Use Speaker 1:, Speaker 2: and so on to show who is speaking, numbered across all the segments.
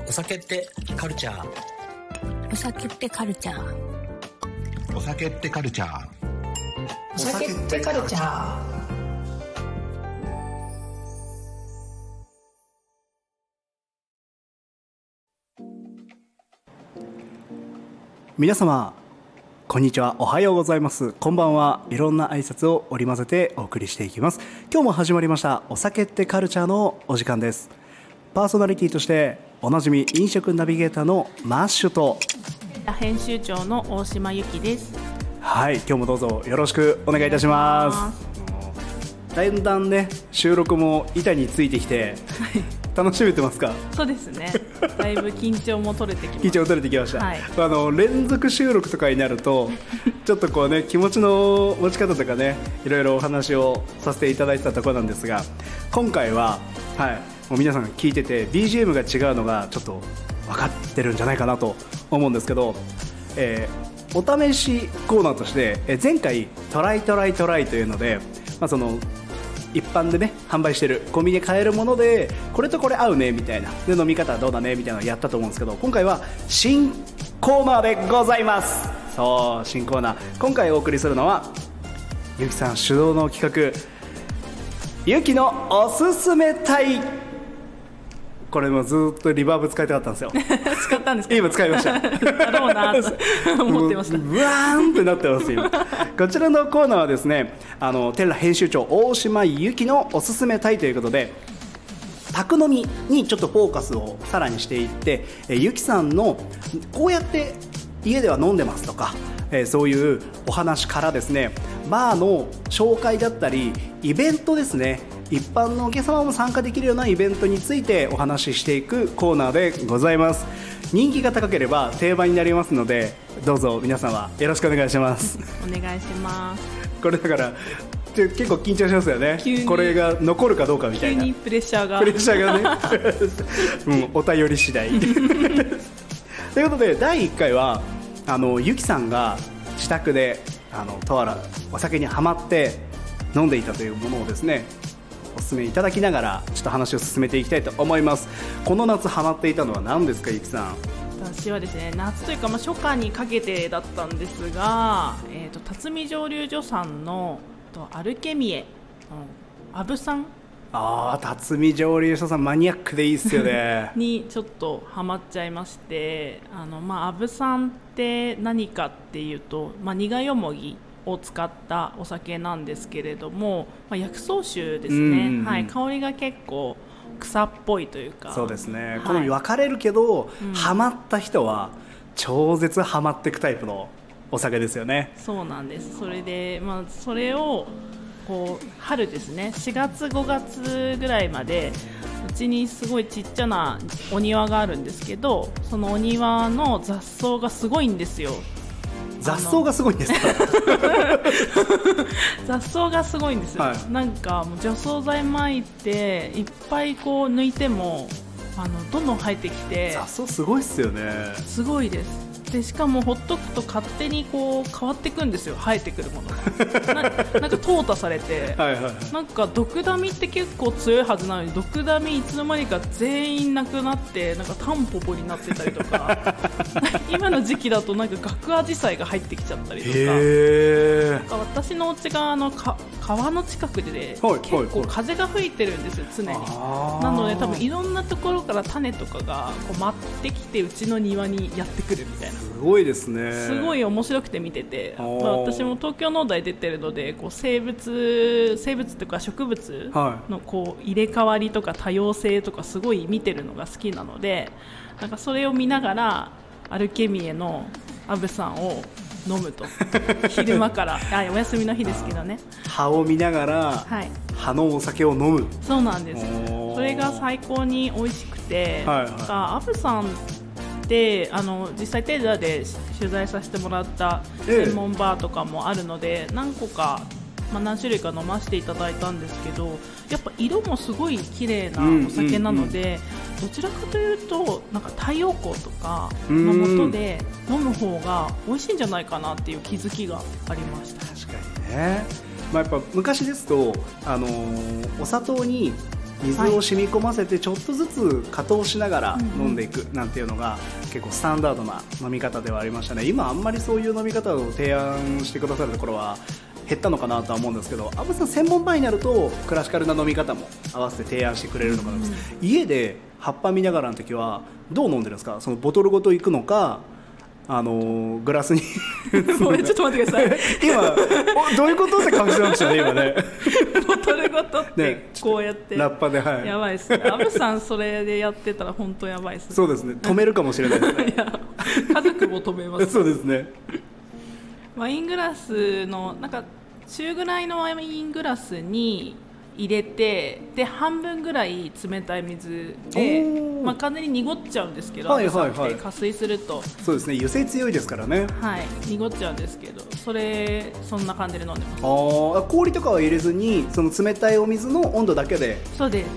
Speaker 1: お酒ってカルチャー。
Speaker 2: お酒ってカルチャー。
Speaker 3: お酒ってカルチャー。
Speaker 4: お酒ってカルチャー。
Speaker 5: 皆様こんにちは、おはようございます、こんばんは。いろんな挨拶を織り交ぜてお送りしていきます。今日も始まりましたお酒ってカルチャーのお時間です。パーソナリティとしておなじみ飲食ナビゲーターのマッシュと
Speaker 6: 編集長の大島由紀です。
Speaker 5: はい、今日もどうぞよろしくお願いいたします。だんだんね、収録も板についてきて楽しめてますか？
Speaker 6: そうですね、だいぶ緊張も取れてきました。
Speaker 5: 緊張取れてきました、
Speaker 6: はい、
Speaker 5: 連続収録とかになるとちょっとこうね、気持ちの持ち方とかね、いろいろお話をさせていただいてたところなんですが、今回は、はい、もう皆さん聞いてて BGM が違うのがちょっと分かってるんじゃないかなと思うんですけど、お試しコーナーとして、前回トライというので、その一般でね販売しているコンビニで買えるものでこれとこれ合うねみたいなで、飲み方どうだねみたいなのをやったと思うんですけど、今回は新コーナーでございます。そう、新コーナー、今回お送りするのはゆきさん主導の企画、ゆきのおすすめ隊。これもずっとリバーブ使いたかったんですよ
Speaker 6: 使ったんですか？
Speaker 5: 今使いました
Speaker 6: だろうなと思ってました。
Speaker 5: ブワーンってなってます今こちらのコーナーはですね、テラ編集長大島由紀のおすすめ隊ということで、宅飲みにちょっとフォーカスをさらにしていって、由紀さんのこうやって家では飲んでますとか、そういうお話からですね、バーの紹介だったりイベントですね、一般のお客様も参加できるようなイベントについてお話ししていくコーナーでございます。人気が高ければ定番になりますので、どうぞ皆様よろしくお願いします
Speaker 6: お願いします。
Speaker 5: これだから結構緊張しますよね、これが残るかどうかみたいな。
Speaker 6: 急にプレッシャーが
Speaker 5: ね、お便り次第ということで、第1回はゆきさんが自宅でとあるお酒にはまって飲んでいたというものをですね、お勧めいただきながらちょっと話を進めていきたいと思います。この夏ハマっていたのは何ですか、ゆきさん？
Speaker 6: 私はですね、夏というか、初夏にかけてだったんですが、辰巳蒸留所さんのアルケミエアブさん、
Speaker 5: 辰巳蒸留所さんマニアックでいいっすよね
Speaker 6: にちょっとハマっちゃいまして、アブさんって何かっていうと、苦よもぎを使ったお酒なんですけれども、薬草酒ですね、はい、香りが結構草っぽいというか。
Speaker 5: そうですね、
Speaker 6: はい、
Speaker 5: 好み分かれるけど、ハマった人は超絶ハマっていくタイプのお酒ですよね。
Speaker 6: そうなんです。それで、それをこう春ですね、4月5月ぐらいまでうちにすごいちっちゃなお庭があるんですけど、そのお庭の雑草がすごいんですよ。
Speaker 5: 雑草がすごいんですか？
Speaker 6: 雑草がすごいんですよ、はい、なんかもう除草剤撒いていっぱいこう抜いてもどんどん生えてきて、
Speaker 5: 雑草すごいっすよね。
Speaker 6: すごいです。でしかもほっとくと勝手にこう変わっていくんですよ、生えてくるものがなんか淘汰されて
Speaker 5: はい、
Speaker 6: なんか毒ダミって結構強いはずなのに、毒ダミいつの間にか全員なくなって、なんかタンポポになってたりとか今の時期だとなんかガクアジサイが入ってきちゃったりとか、なんか私のお家が川の近くで、結構風が吹いてるんですよ、常に。なので多分いろんなところから種とかがこう舞ってきてうちの庭にやってくるみたいな。
Speaker 5: すごいですね。
Speaker 6: すごい面白くて見てて、私も東京農大出てるので、こう生物とか植物のこう入れ替わりとか多様性とかすごい見てるのが好きなので、なんかそれを見ながらアルケミエのアブさんを飲むと昼間からお休みの日ですけどね、
Speaker 5: 葉を見ながら、はい、葉のお酒を飲む。
Speaker 6: そうなんです。それが最高に美味しくて、アブさんで実際テレビで取材させてもらった専門バーとかもあるので、何個か、何種類か飲ませていただいたんですけど、やっぱ色もすごい綺麗なお酒なので、どちらかというとなんか太陽光とかの下で飲む方が美味しいんじゃないかなっていう気づきがありました。
Speaker 5: 確かにね、やっぱ昔ですとお砂糖に水を染み込ませてちょっとずつ加糖しながら飲んでいくなんていうのが結構スタンダードな飲み方ではありましたね。今あんまりそういう飲み方を提案してくださるところは減ったのかなとは思うんですけど、アブさん専門バーになるとクラシカルな飲み方も合わせて提案してくれるのかな、家で葉っぱ見ながらの時はどう飲んでるんですか？そのボトルごといくのか、グラスに
Speaker 6: ごめんちょっと待ってください
Speaker 5: 今どういうことって感じましたね今ね
Speaker 6: ボトルごとってこうやって、
Speaker 5: ラッパで、はい、
Speaker 6: やばいですね。アブさんそれでやってたら本当やばいですね。
Speaker 5: そうですね、止めるかもしれないですね
Speaker 6: いや家族も止めます
Speaker 5: そうですね。
Speaker 6: ワイングラスのなんか中ぐらいのワイングラスに入れて、で半分ぐらい冷たい水で、完全に濁っちゃうんですけど、
Speaker 5: はいはいはい、
Speaker 6: 加水すると
Speaker 5: そうですね、油性強いですからね、
Speaker 6: はい、濁っちゃうんですけど、そんな感じで飲んでます。
Speaker 5: 氷とかは入れずにその冷たいお水の温度だけで。
Speaker 6: そうです。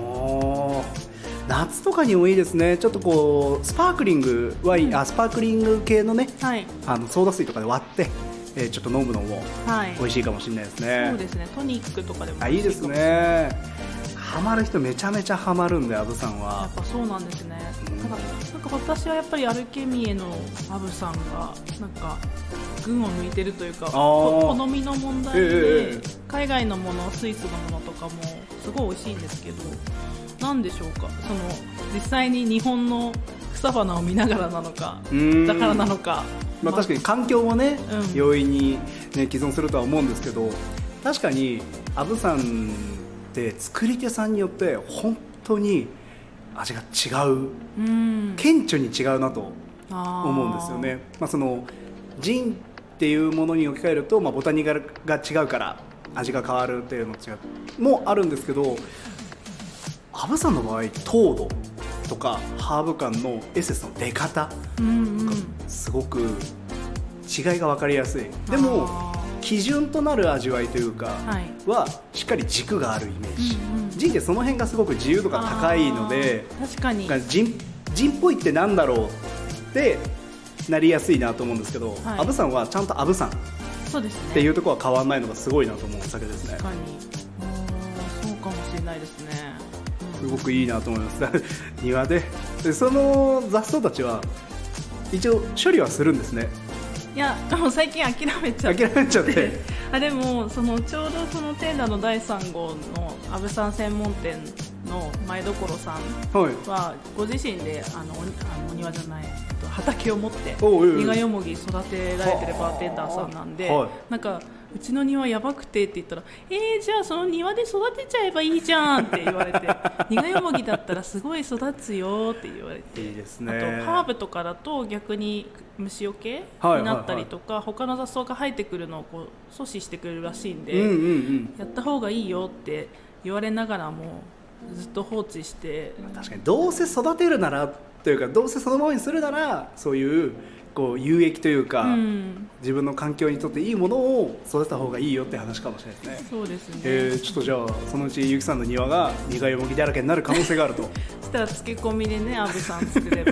Speaker 5: 夏とかにもいいですね。ちょっとこうスパークリングワイン、スパークリング系のね、はい、ソーダ水とかで割ってちょっと飲むのも美味しいかもしれないですね、はい、
Speaker 6: そうですね、トニックとかでも
Speaker 5: いいですね。ハマる人めちゃめちゃハマるんで、アブさんは
Speaker 6: やっぱそうなんですね、なんか私はやっぱりアルケミエのアブさんがなんか群を抜いてるというか、好みの問題で、海外のもの、スイスのものとかもすごい美味しいんですけど、なんでしょうか、その実際に日本の草花を見ながらなのか、だからなのか、
Speaker 5: 確かに環境もね、容易に、ね、既存するとは思うんですけど、確かにアブさんって作り手さんによって本当に味が違う、顕著に違うなと思うんですよね。そのジンっていうものに置き換えると、ボタニカルが違うから味が変わるっていうのもあるんですけど、アブさんの場合糖度とかハーブ感のエッセンスの出方、すごく違いが分かりやすい。でも基準となる味わいというかはしっかり軸があるイメージ、ジンってその辺がすごく自由度が高いので、
Speaker 6: 確かに
Speaker 5: ジンっぽいってなんだろうってなりやすいなと思うんですけど、アブさんはちゃんとアブさんっていうところは変わらないのがすごいなと思うお酒ですね。
Speaker 6: 確かにそうかもしれないですね。
Speaker 5: すごくいいなと思います庭でその雑草たちは一応処理はするんですね。
Speaker 6: いやもう最近諦めちゃってでもちょうどそのテーダの第3号のアブさん専門店の前所さんはご自身でお庭じゃない畑を持って苦よもぎ育てられてるバーテンダーさんなんで、なんかうちの庭やばくてって言ったら、じゃあその庭で育てちゃえばいいじゃんって言われて苦よもぎだったらすごい育つよって言われて、いいですね。あとハーブとかだと逆に虫除けになったりとか、他の雑草が生えてくるのをこう阻止してくれるらしいんで、やった方がいいよって言われながらもずっと放置して。
Speaker 5: 確かにどうせ育てるならというか、どうせそのままにするならそういうこう有益というか、自分の環境にとっていいものを育てた方がいいよって話かもしれないですね。
Speaker 6: そうですね。
Speaker 5: ちょっとじゃあそのうちゆきさんの庭が苦よもぎだらけになる可能性があると
Speaker 6: そしたら漬け込みでね、アブさん作れば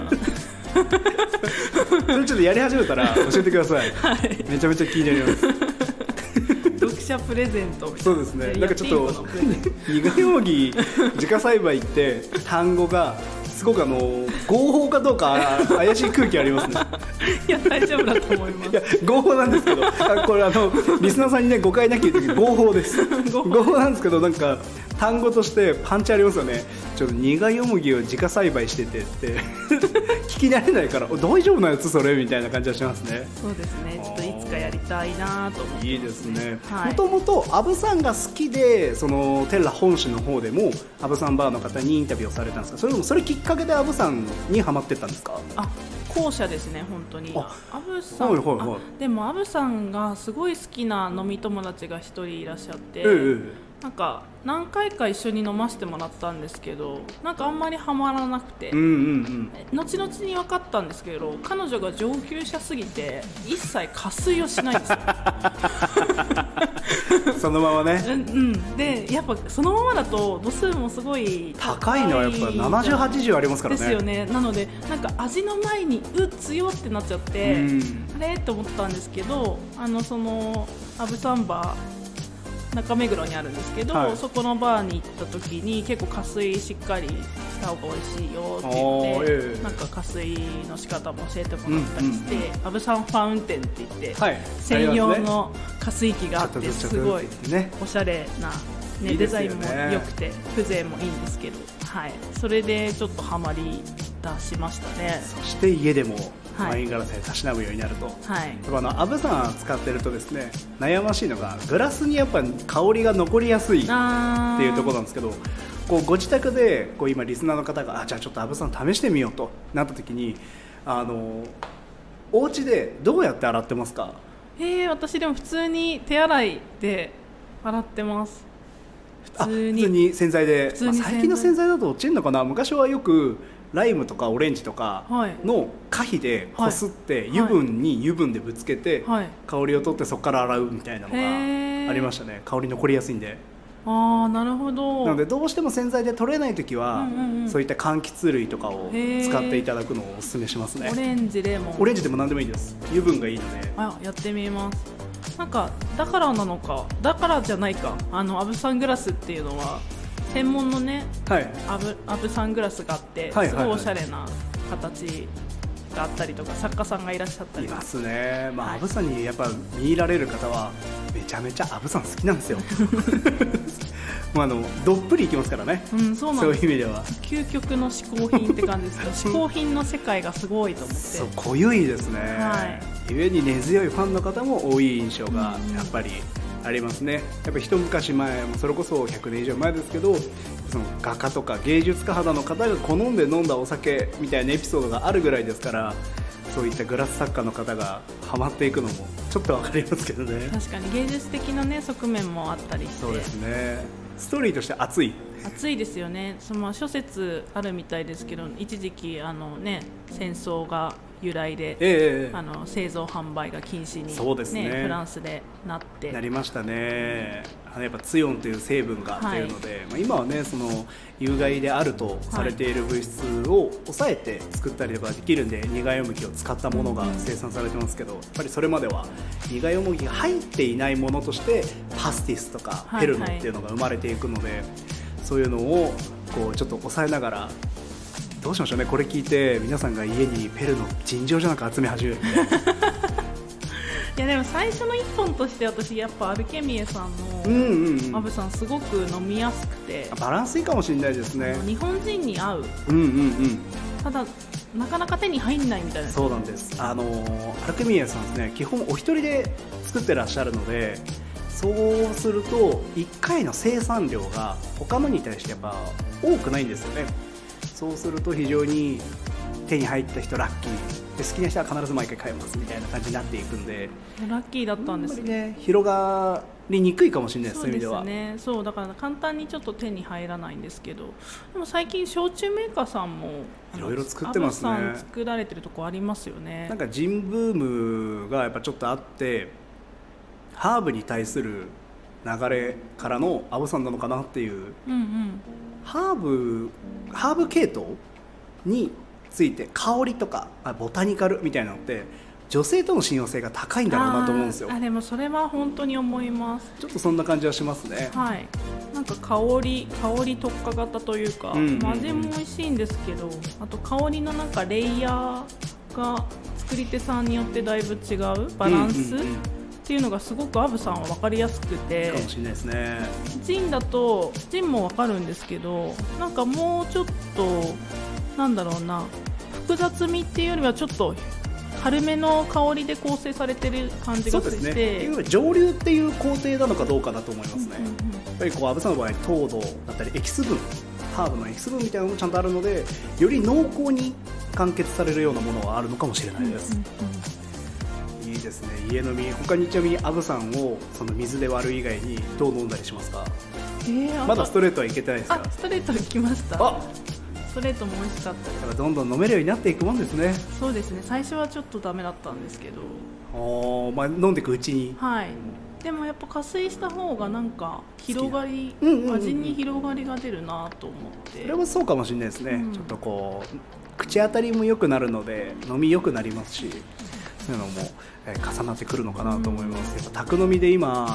Speaker 5: それちょっとやり始めたら教えてください、めちゃめちゃ気になります
Speaker 6: 読者プレゼントみたいな。
Speaker 5: そうですね。なんかちょっと苦よもぎ自家栽培って単語がすごく合法かどうか怪しい空気ありますね
Speaker 6: いや大丈夫だと思います。
Speaker 5: いや合法なんですけど、これリスナーさんにね誤解なきゃいけない合法です合法なんですけど、なんか単語としてパンチありますよね。ちょっと苦よもぎを自家栽培しててって聞き慣れないから大丈夫なやつそれみたいな感じはしますね。
Speaker 6: そうですね。ちょっといつかやりたいなと思ってますね。
Speaker 5: いいですね。もともとアブさんが好きで、そのテッラ本誌の方でもアブさんバーの方にインタビューをされたんですか？それともそれきっかけでアブさんにハマってったんですか？
Speaker 6: 後者ですね、本当に。アブさん、でもアブさんがすごい好きな飲み友達が一人いらっしゃって、なんか何回か一緒に飲ませてもらったんですけど、なんかあんまりハマらなくて、後々に分かったんですけど、彼女が上級者すぎて一切加水をしないんですよ
Speaker 5: そのままね、
Speaker 6: でやっぱそのままだと度数もすごい
Speaker 5: 高いのはやっぱ70、80ありますからね。
Speaker 6: ですよね。なのでなんか味の前に強ってなっちゃって、あれと思ったんですけど、そのアブサンバー中目黒にあるんですけど、
Speaker 5: はい、
Speaker 6: そこのバーに行った時に結構加水しっかりした方が美味しいよっていうので、なんか加水の仕方も教えてもらったりして、アブさんファウンテンって言って、はい、専用の加水器があってすごいおしゃれな、ね、デザインも良くて風情もいいんですけど、はい、それでちょっとハマり出しましたね。
Speaker 5: そして家でもワインガラスでたしなむようになると、はい、アブさん使ってるとですね、悩ましいのがグラスにやっぱ香りが残りやすいっていうところなんですけど、こうご自宅でこう今リスナーの方がじゃあちょっとアブさん試してみようとなった時にお家でどうやって洗ってますか？
Speaker 6: 私でも普通に手洗いで洗ってます。
Speaker 5: 普通に洗剤で、最近の洗剤だと落ちるのかな。昔はよくライムとかオレンジとかの果皮でこすって、油分に油分でぶつけて、香りを取ってそこから洗うみたいなのがありましたね。香り残りやすいんで。
Speaker 6: なるほど。
Speaker 5: なのでどうしても洗剤で取れないときは、そういった柑橘類とかを使っていただくのをお勧めしますね。
Speaker 6: オレンジレモン、
Speaker 5: オレンジでも何でもいいです。油分がいいので
Speaker 6: やってみます。なんかだからなのか、だからじゃないか、アブサングラスっていうのは専門のね、はい、アブサングラスがあって、すごいおしゃれな形があったりとか、作家さんがいらっしゃったり
Speaker 5: いますね。アブさんにやっぱ見入られる方はめちゃめちゃアブさん好きなんですよどっぷりいきますからね、そういう意味では
Speaker 6: 究極の嗜好品って感じですけど嗜好品の世界がすごいと思って、
Speaker 5: そう濃ゆいですね、ゆえに根強いファンの方も多い印象がやっぱりありますね。やっぱ一昔前もそれこそ100年以上前ですけど、その画家とか芸術家肌の方が好んで飲んだお酒みたいなエピソードがあるぐらいですから、そういったグラス作家の方がハマっていくのもちょっと分かりますけどね。
Speaker 6: 確かに芸術的な、ね、側面もあったりして、
Speaker 5: そうですね。ストーリーとして熱い
Speaker 6: ですよね。諸説あるみたいですけど、一時期戦争が由来で、製造販売が禁止に、フランスでな
Speaker 5: りましたね。やっぱツヨンという成分がというので、今はね、その有害であるとされている物質を抑えて作ったりとかできるんで、苦いよもぎを使ったものが生産されてますけど、やっぱりそれまでは苦いよもぎが入っていないものとしてパスティスとかペルノっていうのが生まれていくので、そういうのをこうちょっと抑えながら、どうしましょうね、これ聞いて皆さんが家にペルノ尋常じゃなく集め始める
Speaker 6: いやでも最初の一本として私やっぱアルケミエさんのアブさんすごく飲みやすくて、
Speaker 5: バランスいいかもしれないですね。
Speaker 6: 日本人に合う、ただなかなか手に入んないみたいな。
Speaker 5: そうなんです。アルケミエさんですね、基本お一人で作ってらっしゃるので、そうすると1回の生産量が他のに対してやっぱ多くないんですよね。そうすると非常に手に入った人ラッキーで、好きな人は必ず毎回買えますみたいな感じになっていくんで、
Speaker 6: ラッキーだったんです
Speaker 5: ね。広がりにくいかもしれないです。そういう意味では。
Speaker 6: そうですね。そうだから簡単にちょっと手に入らないんですけど、でも最近焼酎メーカーさんも
Speaker 5: いろいろ作ってますね。
Speaker 6: アブさん作られてるとこありますよね。
Speaker 5: なんかジンブームがやっぱちょっとあって、ハーブに対する流れからのアブさんなのかなっていう、ハーブ系統について香りとかボタニカルみたいなのって女性との親和性が高いんだろうなと思うんですよ。
Speaker 6: でもそれは本当に思います。
Speaker 5: ちょっとそんな感じはしますね。
Speaker 6: はい、なんか香り特化型というか、味も美味しいんですけど、あと香りのなんかレイヤーが作り手さんによってだいぶ違うバランス、っていうのがすごくアブさんは分かりやすくて、
Speaker 5: かもしれないですね。
Speaker 6: ジンだとジンも分かるんですけど、なんかもうちょっとなんだろうな、複雑味っていうよりはちょっと軽めの香りで構成されてる感じがして、そうですね、
Speaker 5: 蒸留っていう工程なのかどうかだと思いますね。やっぱりこうアブさんの場合糖度だったりエキス分、ハーブのエキス分みたいなのもちゃんとあるので、より濃厚に完結されるようなものはあるのかもしれないです。いいですね。家飲み、他にちなみにアブさんをその水で割る以外にどう飲んだりしますか？まだストレートはいけてないですか？
Speaker 6: ストレートいきました。ストレートも美味しかったです。
Speaker 5: どんどん飲めるようになっていくもんですね。
Speaker 6: そうですね。最初はちょっとダメだったんですけど、
Speaker 5: 飲んでいくうちに、
Speaker 6: でもやっぱ加水した方がなんか広がり、味に広がりが出るなと思って。
Speaker 5: それはそうかもしれないですね。ちょっとこう口当たりも良くなるので飲み良くなりますし、そういうのも重なってくるのかなと思います。やっぱ宅飲みで今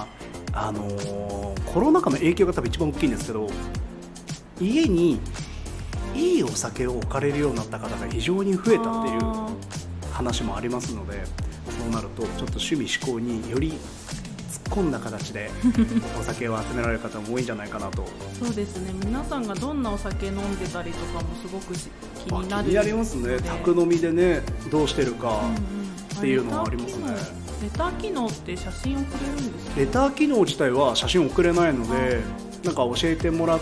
Speaker 5: コロナ禍の影響が多分一番大きいんですけど、家にいいお酒を置かれるようになった方が非常に増えたっていう話もありますので、そうなるとちょっと趣味嗜好により突っ込んだ形でお酒を集められる方も多いんじゃないかなと。
Speaker 6: そうですね、皆さんがどんなお酒飲んでたりとかもすごく気になる。
Speaker 5: 気になりますね。宅飲みでねどうしてるかっていうのもありますね。
Speaker 6: レター機能って写真送れるんですか？
Speaker 5: レター機能自体は写真送れないので、なんか教えてもらって、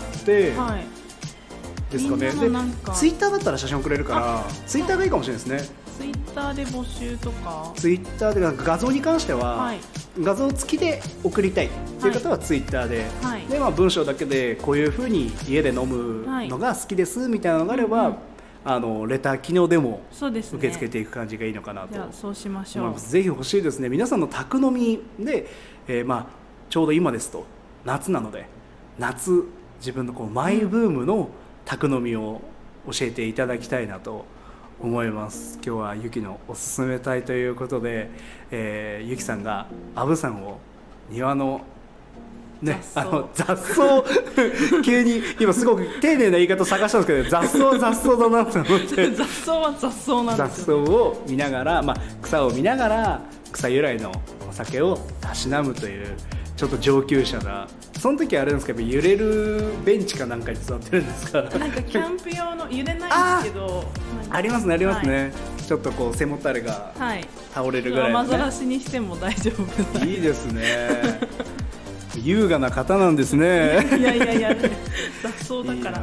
Speaker 5: はい、ですかね。でツイッターだったら写真送れるからツイッターがいいかもしれないですね。
Speaker 6: ツイッターで募集とか、
Speaker 5: ツイッターで画像に関しては、はい、画像付きで送りたいという方はツイッターで、はい、で文章だけでこういう風に家で飲むのが好きですみたいなのがあれば、レター機能でも受け付けていく感じがいいのかなと。
Speaker 6: そうしましょう。
Speaker 5: ぜひ欲しいですね。皆さんの宅飲みで、ちょうど今ですと夏なので、夏自分のマイブームの宅飲みを教えていただきたいなと思います。今日はゆきのおすすめ隊ということで、ゆきさんがアブさんを庭のね、雑草急に今すごく丁寧な言い方探したんですけど、雑草だなと思って
Speaker 6: 雑草は雑草なんですよ、
Speaker 5: 雑草を見ながら、草を見ながら草由来のお酒をたしなむというちょっと上級者な。その時あれですけど、揺れるベンチかなんかに座ってるんですか？
Speaker 6: なんかキャンプ用の揺れないんですけど
Speaker 5: ありますね、ありますね、はい、ちょっと背もたれが倒れるぐらいの、ね、
Speaker 6: 雨ざらしにしても大丈夫な。
Speaker 5: いいですね優雅な方なんですね。
Speaker 6: いや雑草だから。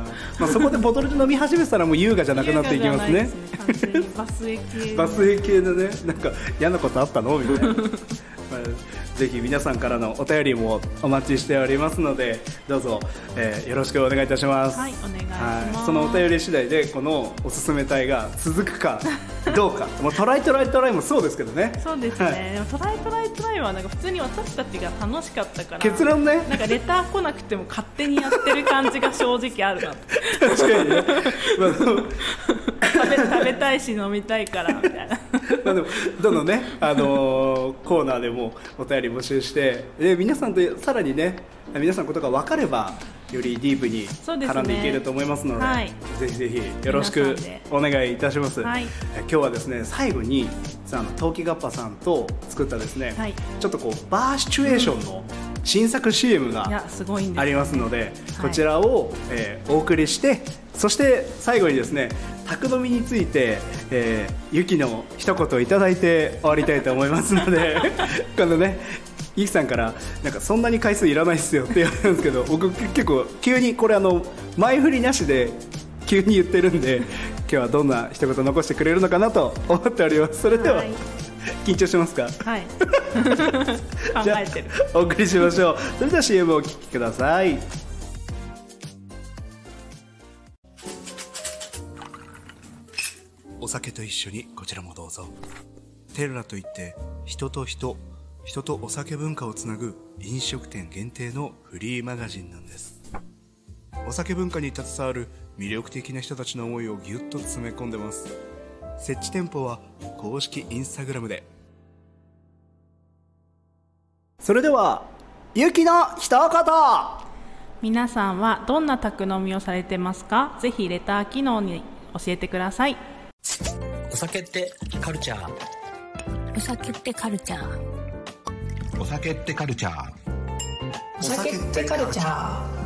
Speaker 5: そこでボトルで飲み始めたらもう優雅じゃなくなっていきますね。
Speaker 6: 完全にバスエ系
Speaker 5: バスエ系のね、なんか嫌なことあったのみたいなぜひ皆さんからのお便りもお待ちしておりますので、どうぞ、よろしくお願いいたします。
Speaker 6: はい、お願いします。
Speaker 5: そのお便り次第でこのおすすめ隊が続くかどうかもうトライもそうですけどね。
Speaker 6: そうですね、でもトライはなんか普通に私たちが楽しかったから、
Speaker 5: 結論ね、
Speaker 6: なんかレター来なくても勝手にやってる感じが正直あるな
Speaker 5: 確かにね
Speaker 6: 食べたいし飲みたいからみたいな
Speaker 5: でもどのね、コーナーでもお便り募集して、皆さんとさらにね、皆さんのことが分かればよりディープに絡んでいけると思いますので、はい、ぜひぜひよろしくお願いいたします。はい、今日はですね、最後に陶器ガッパさんと作ったですね、はい、ちょっとバーシチュエーションの新作 CM がありますので、こちらを、お送りして、そして最後にですね、宅飲みについて、ゆきの一言いただいて終わりたいと思いますのでこのね、ゆきさんからなんかそんなに回数いらないっすよって言われるんですけど、僕結構急にこれ前振りなしで急に言ってるんで、今日はどんな一言残してくれるのかなと思っております。それでは、緊張しますか？
Speaker 6: はい考えてる。
Speaker 5: お送りしましょう。それでは CM をお聴きください。
Speaker 3: お酒と一緒にこちらもどうぞ。テルラといって人と人とお酒文化をつなぐ飲食店限定のフリーマガジンなんです。お酒文化に携わる魅力的な人たちの思いをぎゅっと詰め込んでます。設置店舗は公式インスタグラムで。
Speaker 5: それではゆきの一言。
Speaker 6: 皆さんはどんな宅飲みをされてますか？ぜひレター機能に教えてください。
Speaker 1: お酒ってカルチャー。
Speaker 2: お酒ってカルチャー。
Speaker 3: お酒ってカルチャー。
Speaker 4: お酒ってカルチャー。